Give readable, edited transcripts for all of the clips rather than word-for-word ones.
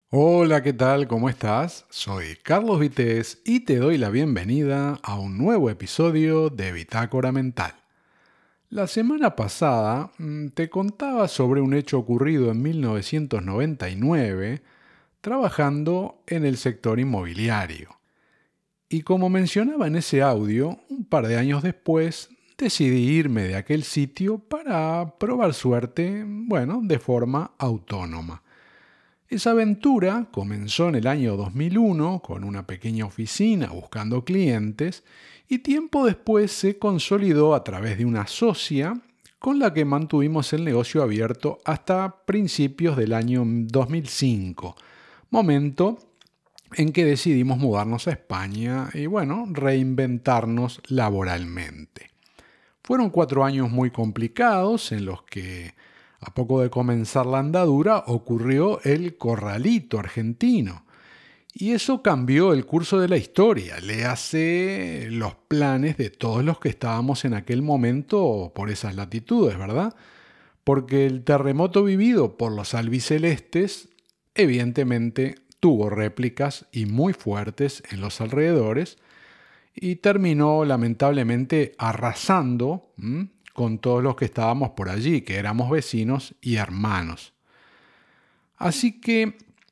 Hola, ¿qué tal? ¿Cómo estás? Soy Carlos Vitéz y te doy la bienvenida a un nuevo episodio de Bitácora Mental. La semana pasada te contaba sobre un hecho ocurrido en 1999 trabajando en el sector inmobiliario. Y como mencionaba en ese audio, un par de años después decidí irme de aquel sitio para probar suerte, de forma autónoma. Esa aventura comenzó en el año 2001 con una pequeña oficina buscando clientes y tiempo después se consolidó a través de una socia con la que mantuvimos el negocio abierto hasta principios del año 2005, momento en que decidimos mudarnos a España y reinventarnos laboralmente. Fueron 4 años muy complicados en los que, a poco de comenzar la andadura, ocurrió el corralito argentino. Y eso cambió el curso de la historia, le hace los planes de todos los que estábamos en aquel momento por esas latitudes, ¿verdad? Porque el terremoto vivido por los albicelestes, evidentemente, tuvo réplicas y muy fuertes en los alrededores, y terminó lamentablemente arrasando con todos los que estábamos por allí, que éramos vecinos y hermanos. Así que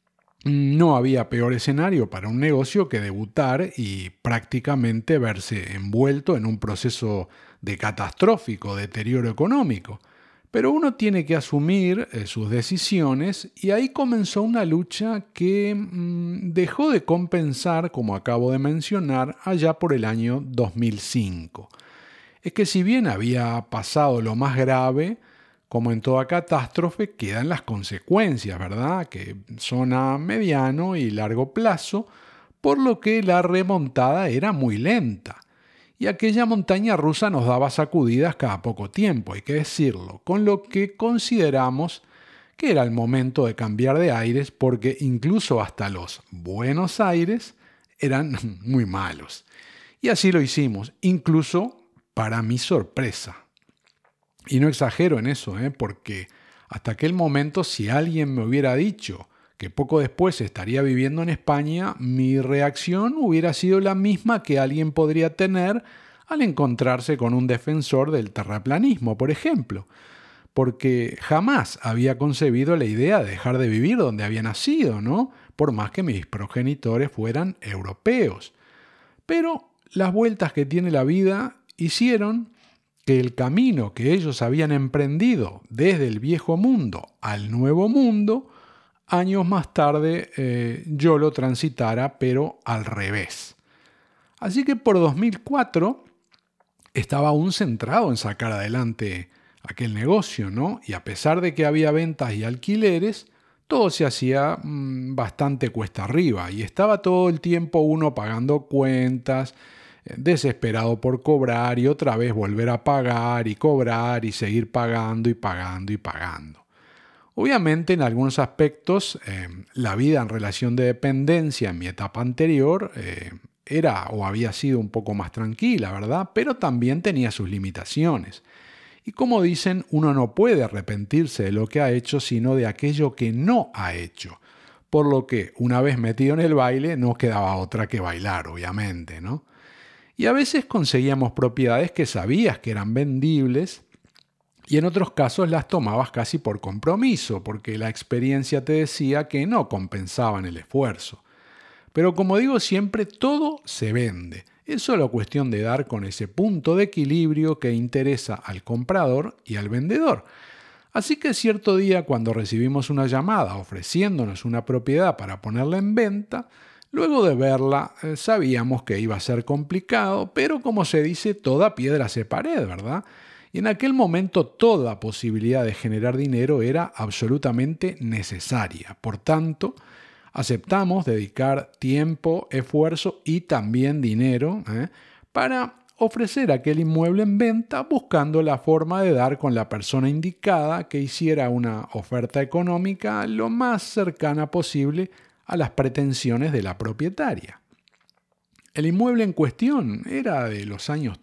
no había peor escenario para un negocio que debutar y prácticamente verse envuelto en un proceso de catastrófico deterioro económico. Pero uno tiene que asumir sus decisiones y ahí comenzó una lucha que dejó de compensar, como acabo de mencionar, allá por el año 2005. Es que si bien había pasado lo más grave, como en toda catástrofe, quedan las consecuencias, ¿verdad? Que son a mediano y largo plazo, por lo que la remontada era muy lenta. Y aquella montaña rusa nos daba sacudidas cada poco tiempo, hay que decirlo, con lo que consideramos que era el momento de cambiar de aires porque incluso hasta los buenos aires eran muy malos. Y así lo hicimos, incluso para mi sorpresa. Y no exagero en eso, porque hasta aquel momento si alguien me hubiera dicho que poco después estaría viviendo en España, mi reacción hubiera sido la misma que alguien podría tener al encontrarse con un defensor del terraplanismo, por ejemplo, porque jamás había concebido la idea de dejar de vivir donde había nacido, ¿no? Por más que mis progenitores fueran europeos. Pero las vueltas que tiene la vida hicieron que el camino que ellos habían emprendido desde el viejo mundo al nuevo mundo, años más tarde yo lo transitara, pero al revés. Así que por 2004 estaba aún centrado en sacar adelante aquel negocio, ¿no? Y a pesar de que había ventas y alquileres, todo se hacía bastante cuesta arriba y estaba todo el tiempo uno pagando cuentas, desesperado por cobrar y otra vez volver a pagar y cobrar y seguir pagando y pagando y pagando. Obviamente en algunos aspectos la vida en relación de dependencia en mi etapa anterior era o había sido un poco más tranquila, ¿verdad? Pero también tenía sus limitaciones. Y como dicen, uno no puede arrepentirse de lo que ha hecho, sino de aquello que no ha hecho. Por lo que, una vez metido en el baile, no quedaba otra que bailar, obviamente, ¿no? Y a veces conseguíamos propiedades que sabías que eran vendibles y en otros casos las tomabas casi por compromiso, porque la experiencia te decía que no compensaban el esfuerzo. Pero como digo siempre, todo se vende. Es solo cuestión de dar con ese punto de equilibrio que interesa al comprador y al vendedor. Así que cierto día, cuando recibimos una llamada ofreciéndonos una propiedad para ponerla en venta, luego de verla sabíamos que iba a ser complicado, pero como se dice, toda piedra hace pared, ¿verdad? Y en aquel momento toda posibilidad de generar dinero era absolutamente necesaria. Por tanto, aceptamos dedicar tiempo, esfuerzo y también dinero para ofrecer aquel inmueble en venta buscando la forma de dar con la persona indicada que hiciera una oferta económica lo más cercana posible a las pretensiones de la propietaria. El inmueble en cuestión era de los años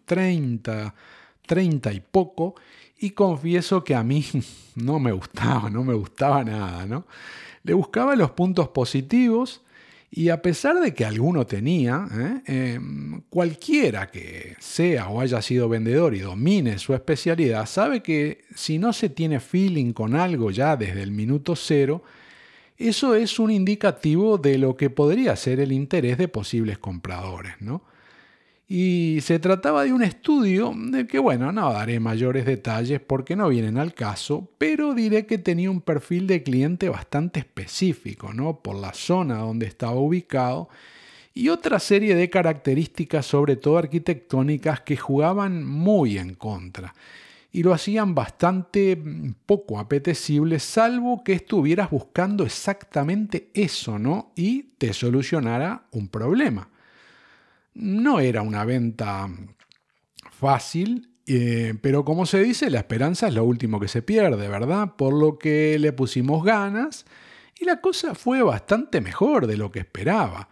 30 y poco, y confieso que a mí no me gustaba nada, ¿no? Le buscaba los puntos positivos y a pesar de que alguno tenía, cualquiera que sea o haya sido vendedor y domine su especialidad, sabe que si no se tiene feeling con algo ya desde el minuto cero, eso es un indicativo de lo que podría ser el interés de posibles compradores, ¿no? Y se trataba de un estudio del que, bueno, no daré mayores detalles porque no vienen al caso, pero diré que tenía un perfil de cliente bastante específico, ¿no? Por la zona donde estaba ubicado y otra serie de características, sobre todo arquitectónicas, que jugaban muy en contra y lo hacían bastante poco apetecible, salvo que estuvieras buscando exactamente eso, ¿no? Y te solucionara un problema. No era una venta fácil, pero como se dice, la esperanza es lo último que se pierde, ¿verdad? Por lo que le pusimos ganas y la cosa fue bastante mejor de lo que esperaba.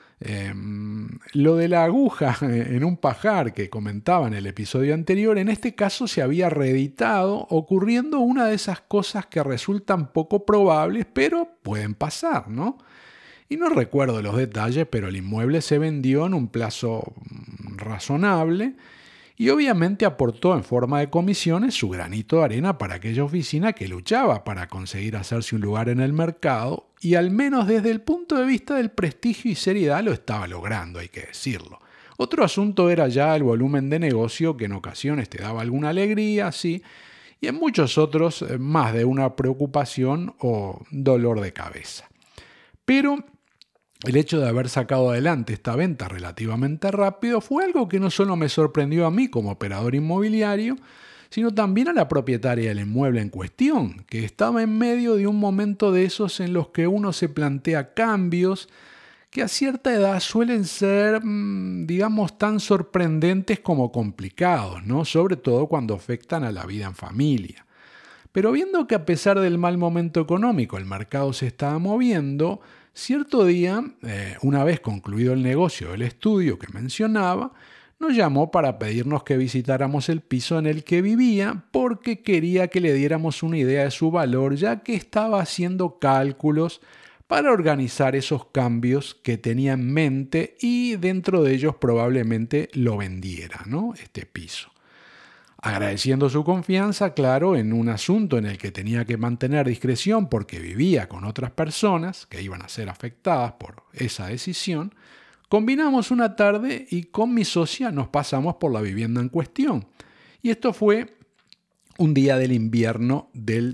Lo de la aguja en un pajar que comentaba en el episodio anterior, en este caso se había reeditado, ocurriendo una de esas cosas que resultan poco probables, pero pueden pasar, ¿no? Y no recuerdo los detalles, pero el inmueble se vendió en un plazo razonable y obviamente aportó en forma de comisiones su granito de arena para aquella oficina que luchaba para conseguir hacerse un lugar en el mercado y al menos desde el punto de vista del prestigio y seriedad lo estaba logrando, hay que decirlo. Otro asunto era ya el volumen de negocio que en ocasiones te daba alguna alegría, sí, y en muchos otros más de una preocupación o dolor de cabeza. Pero el hecho de haber sacado adelante esta venta relativamente rápido fue algo que no solo me sorprendió a mí como operador inmobiliario, sino también a la propietaria del inmueble en cuestión, que estaba en medio de un momento de esos en los que uno se plantea cambios que a cierta edad suelen ser, digamos, tan sorprendentes como complicados, ¿no? Sobre todo cuando afectan a la vida en familia. Pero viendo que a pesar del mal momento económico el mercado se estaba moviendo, cierto día, una vez concluido el negocio del estudio que mencionaba, nos llamó para pedirnos que visitáramos el piso en el que vivía porque quería que le diéramos una idea de su valor, ya que estaba haciendo cálculos para organizar esos cambios que tenía en mente y dentro de ellos probablemente lo vendiera, ¿no? Este piso. Agradeciendo su confianza, claro, en un asunto en el que tenía que mantener discreción porque vivía con otras personas que iban a ser afectadas por esa decisión, combinamos una tarde y con mi socia nos pasamos por la vivienda en cuestión. Y esto fue un día del invierno del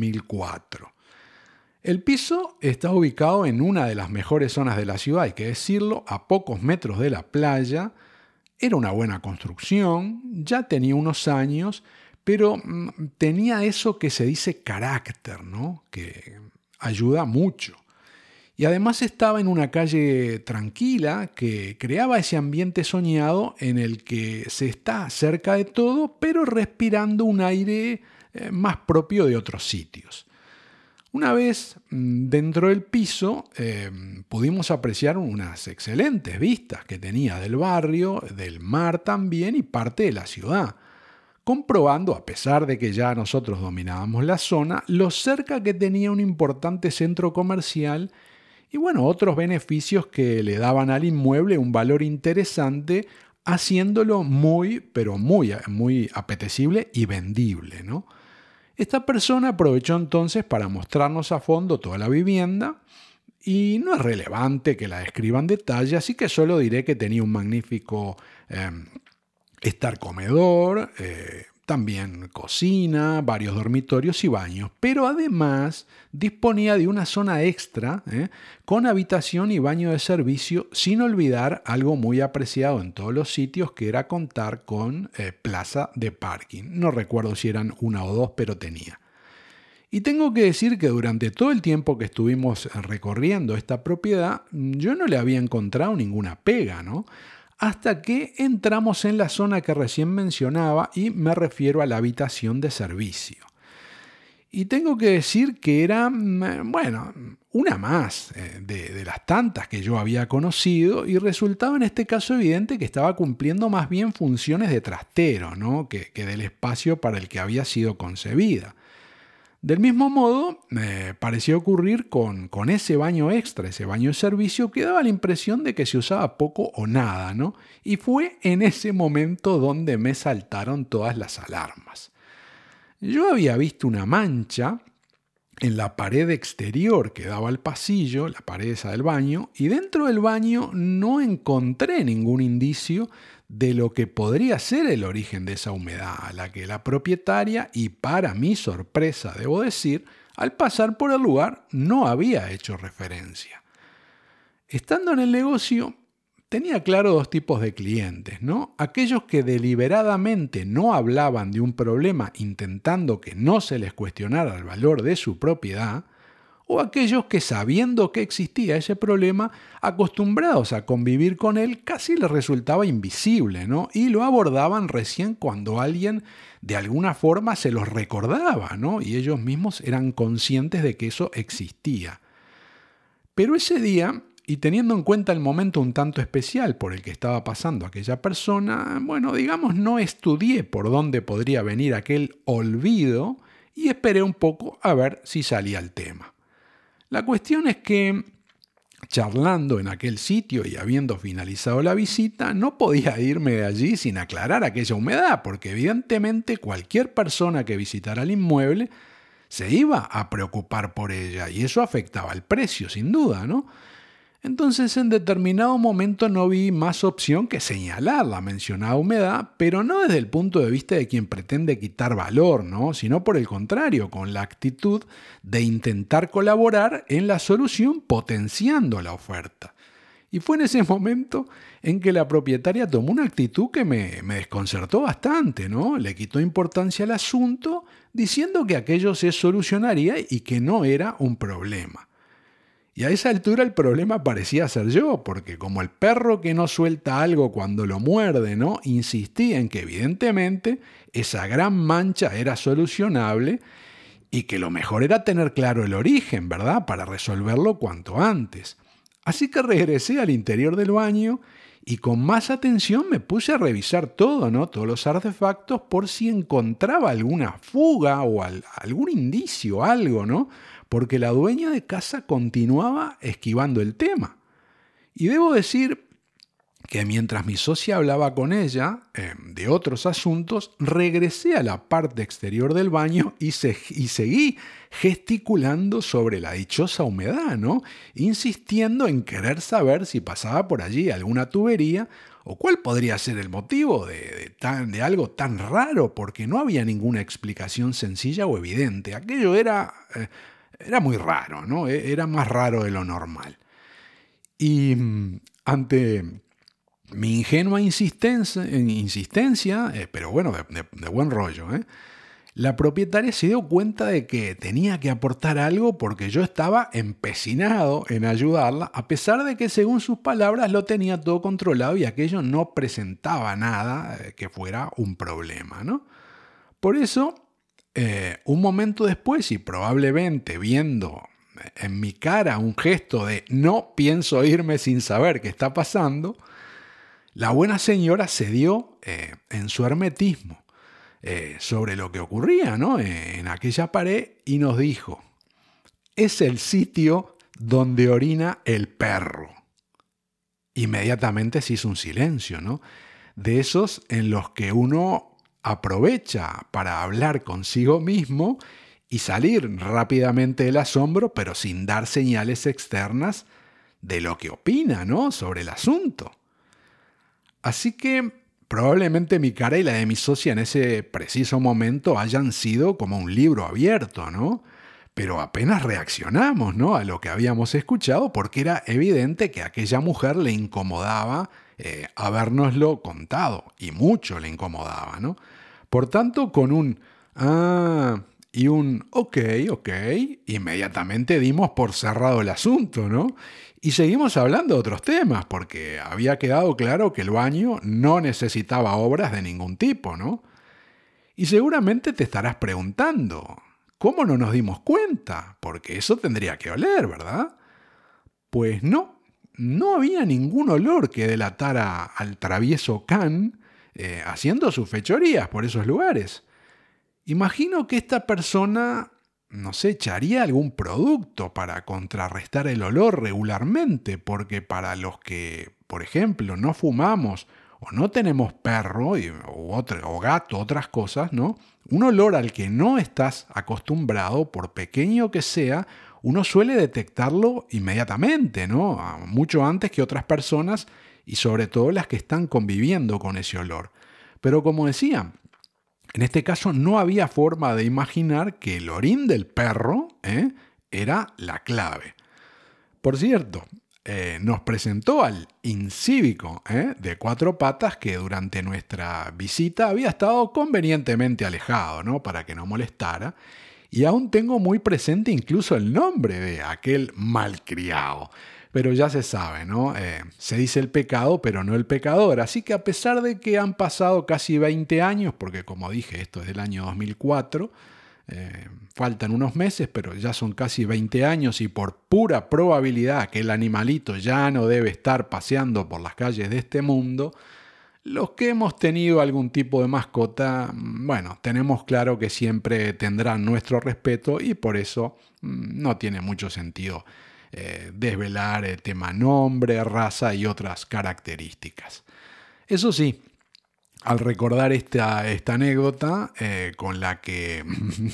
2004. El piso está ubicado en una de las mejores zonas de la ciudad, hay que decirlo, a pocos metros de la playa. Era una buena construcción, ya tenía unos años, pero tenía eso que se dice carácter, ¿no? Que ayuda mucho. Y además estaba en una calle tranquila que creaba ese ambiente soñado en el que se está cerca de todo, pero respirando un aire más propio de otros sitios. Una vez dentro del piso pudimos apreciar unas excelentes vistas que tenía del barrio, del mar también y parte de la ciudad, comprobando, a pesar de que ya nosotros dominábamos la zona, lo cerca que tenía un importante centro comercial y bueno, otros beneficios que le daban al inmueble un valor interesante, haciéndolo pero muy apetecible y vendible, ¿no? Esta persona aprovechó entonces para mostrarnos a fondo toda la vivienda y no es relevante que la describa en detalle, así que solo diré que tenía un magnífico estar comedor, también cocina, varios dormitorios y baños, pero además disponía de una zona extra con habitación y baño de servicio, sin olvidar algo muy apreciado en todos los sitios, que era contar con plaza de parking. No recuerdo si eran una o dos, pero tenía. Y tengo que decir que durante todo el tiempo que estuvimos recorriendo esta propiedad, yo no le había encontrado ninguna pega, ¿no? Hasta que entramos en la zona que recién mencionaba y me refiero a la habitación de servicio. Y tengo que decir que era, bueno, una más de las tantas que yo había conocido y resultaba en este caso evidente que estaba cumpliendo más bien funciones de trastero, ¿no? que del espacio para el que había sido concebida. Del mismo modo, parecía ocurrir con ese baño extra, ese baño de servicio, que daba la impresión de que se usaba poco o nada, ¿no? Y fue en ese momento donde me saltaron todas las alarmas. Yo había visto una mancha en la pared exterior que daba al pasillo, la pared esa del baño, y dentro del baño no encontré ningún indicio de lo que podría ser el origen de esa humedad, a la que la propietaria, y para mi sorpresa debo decir, al pasar por el lugar no había hecho referencia. Estando en el negocio, tenía claro dos tipos de clientes, ¿no? Aquellos que deliberadamente no hablaban de un problema intentando que no se les cuestionara el valor de su propiedad, o aquellos que sabiendo que existía ese problema, acostumbrados a convivir con él, casi les resultaba invisible, ¿no? Y lo abordaban recién cuando alguien de alguna forma se los recordaba, ¿no? Y ellos mismos eran conscientes de que eso existía. Pero ese día, y teniendo en cuenta el momento un tanto especial por el que estaba pasando aquella persona, bueno, digamos, no estudié por dónde podría venir aquel olvido y esperé un poco a ver si salía el tema. La cuestión es que, charlando en aquel sitio y habiendo finalizado la visita, no podía irme de allí sin aclarar aquella humedad, porque evidentemente cualquier persona que visitara el inmueble se iba a preocupar por ella y eso afectaba el precio, sin duda, ¿no? Entonces, en determinado momento no vi más opción que señalar la mencionada humedad, pero no desde el punto de vista de quien pretende quitar valor, ¿no? Sino por el contrario, con la actitud de intentar colaborar en la solución potenciando la oferta. Y fue en ese momento en que la propietaria tomó una actitud que me desconcertó bastante, ¿no? Le quitó importancia al asunto diciendo que aquello se solucionaría y que no era un problema. Y a esa altura el problema parecía ser yo, porque como el perro que no suelta algo cuando lo muerde, ¿no? Insistí en que evidentemente esa gran mancha era solucionable y que lo mejor era tener claro el origen, ¿verdad? Para resolverlo cuanto antes. Así que regresé al interior del baño y con más atención me puse a revisar todo, ¿no? Todos los artefactos por si encontraba alguna fuga o algún indicio, algo, ¿no? Porque la dueña de casa continuaba esquivando el tema. Y debo decir que mientras mi socia hablaba con ella de otros asuntos, regresé a la parte exterior del baño y seguí gesticulando sobre la dichosa humedad, ¿no? Insistiendo en querer saber si pasaba por allí alguna tubería o cuál podría ser el motivo de algo tan raro, porque no había ninguna explicación sencilla o evidente. Aquello era muy raro, ¿no? Era más raro de lo normal. Y ante mi ingenua insistencia, pero bueno, de buen rollo, la propietaria se dio cuenta de que tenía que aportar algo porque yo estaba empecinado en ayudarla, a pesar de que según sus palabras lo tenía todo controlado y aquello no presentaba nada que fuera un problema, ¿no? Por eso, un momento después y probablemente viendo en mi cara un gesto de no pienso irme sin saber qué está pasando, la buena señora cedió en su hermetismo sobre lo que ocurría, ¿no? En aquella pared y nos dijo, es el sitio donde orina el perro. Inmediatamente se hizo un silencio, ¿no? De esos en los que uno aprovecha para hablar consigo mismo y salir rápidamente del asombro, pero sin dar señales externas de lo que opina, ¿no? Sobre el asunto. Así que probablemente mi cara y la de mi socia en ese preciso momento hayan sido como un libro abierto, ¿no? Pero apenas reaccionamos, ¿no? A lo que habíamos escuchado porque era evidente que a aquella mujer le incomodaba habérnoslo contado y mucho le incomodaba, ¿no? Por tanto, con un y un ok, inmediatamente dimos por cerrado el asunto, ¿no? Y seguimos hablando de otros temas, porque había quedado claro que el baño no necesitaba obras de ningún tipo, ¿no? Y seguramente te estarás preguntando, ¿cómo no nos dimos cuenta? Porque eso tendría que oler, ¿verdad? Pues no había ningún olor que delatara al travieso can haciendo sus fechorías por esos lugares. Imagino que esta persona no sé, echaría algún producto para contrarrestar el olor regularmente, porque para los que, por ejemplo, no fumamos o no tenemos perro o gato, otras cosas, ¿no? Un olor al que no estás acostumbrado, por pequeño que sea, uno suele detectarlo inmediatamente, ¿no? Mucho antes que otras personas y sobre todo las que están conviviendo con ese olor. Pero como decía, en este caso no había forma de imaginar que el orín del perro era la clave. Por cierto, nos presentó al incívico de 4 patas que durante nuestra visita había estado convenientemente alejado, ¿no? Para que no molestara. Y aún tengo muy presente incluso el nombre de aquel malcriado. Pero ya se sabe, ¿no? Se dice el pecado, pero no el pecador. Así que a pesar de que han pasado casi 20 años, porque como dije, esto es del año 2004, faltan unos meses, pero ya son casi 20 años y por pura probabilidad que el animalito ya no debe estar paseando por las calles de este mundo, los que hemos tenido algún tipo de mascota, bueno, tenemos claro que siempre tendrán nuestro respeto y por eso no tiene mucho sentido desvelar el tema nombre, raza y otras características. Eso sí, al recordar esta anécdota con la que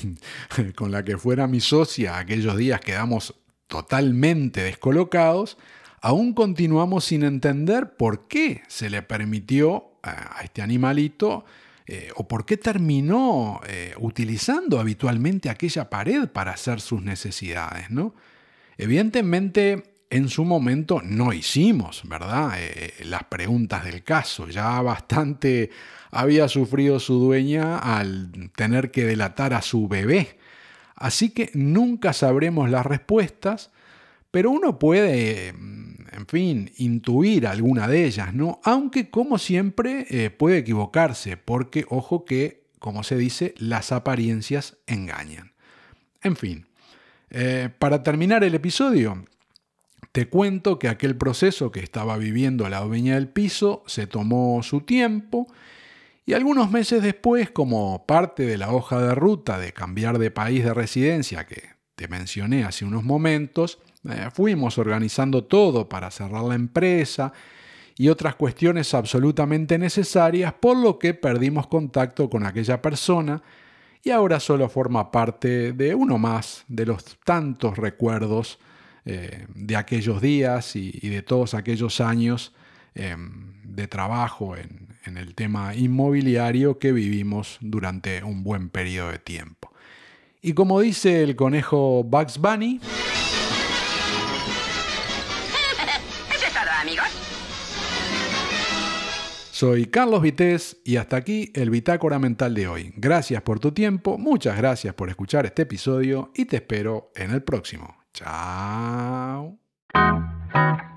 fuera mi socia aquellos días quedamos totalmente descolocados, aún continuamos sin entender por qué se le permitió a este animalito o por qué terminó utilizando habitualmente aquella pared para hacer sus necesidades, ¿no? Evidentemente, en su momento no hicimos, ¿verdad? Las preguntas del caso. Ya bastante había sufrido su dueña al tener que delatar a su bebé. Así que nunca sabremos las respuestas, pero uno puede, en fin, intuir alguna de ellas, ¿no? Aunque, como siempre, puede equivocarse, porque, ojo que, como se dice, las apariencias engañan. En fin. Para terminar el episodio, te cuento que aquel proceso que estaba viviendo la dueña del piso se tomó su tiempo y algunos meses después, como parte de la hoja de ruta de cambiar de país de residencia que te mencioné hace unos momentos, fuimos organizando todo para cerrar la empresa y otras cuestiones absolutamente necesarias, por lo que perdimos contacto con aquella persona y ahora solo forma parte de uno más de los tantos recuerdos de aquellos días y de todos aquellos años de trabajo en el tema inmobiliario que vivimos durante un buen periodo de tiempo. Y como dice el conejo Bugs Bunny... Eso es todo, amigos. Soy Carlos Vitéz y hasta aquí el Bitácora Mental de hoy. Gracias por tu tiempo, muchas gracias por escuchar este episodio y te espero en el próximo. Chao.